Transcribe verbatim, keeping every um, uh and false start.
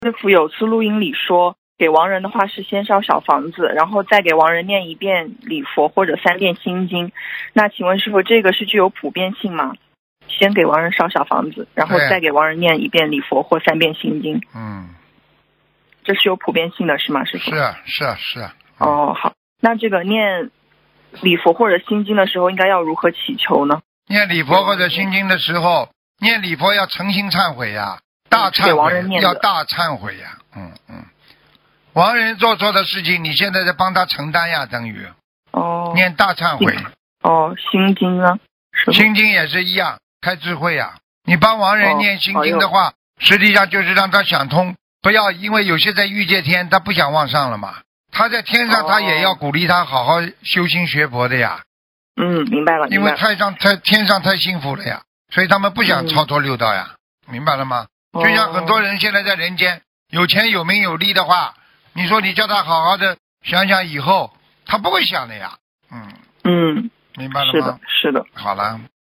师傅有次录音里说，给亡人的话是先烧小房子，然后再给亡人念一遍礼佛或者三遍心经。那请问师傅，这个是具有普遍性吗？先给亡人烧小房子，然后再给亡人念一遍礼佛或三遍心经。 嗯， 这是有普遍性的是吗，师傅？ 是啊是啊是啊。 嗯、哦，好。那这个念礼佛或者心经的时候，应该要如何祈求呢？ 念礼佛或者心经的时候，念礼佛要诚心忏悔呀、啊，大忏悔，要大忏悔呀、啊。嗯嗯，亡人做错的事情，你现在在帮他承担呀，等于。 哦。 念大忏悔。 哦，心经呢？ 心经也是一样，开智慧呀、啊。你帮亡人念心经的话，哦、实际上就是让他想通，不要因为有些在欲界天，他不想往上了嘛。他在天上，他也要鼓励他好好修心学佛的呀。 嗯，明白了。 因为太上太天上太幸福了呀，所以他们不想超脱六道呀，嗯、明白了吗？就像很多人现在在人间有钱有名有利的话，你说你叫他好好的想想以后，他不会想的呀。嗯嗯， 明白了吗？ 是的，是的。 好了。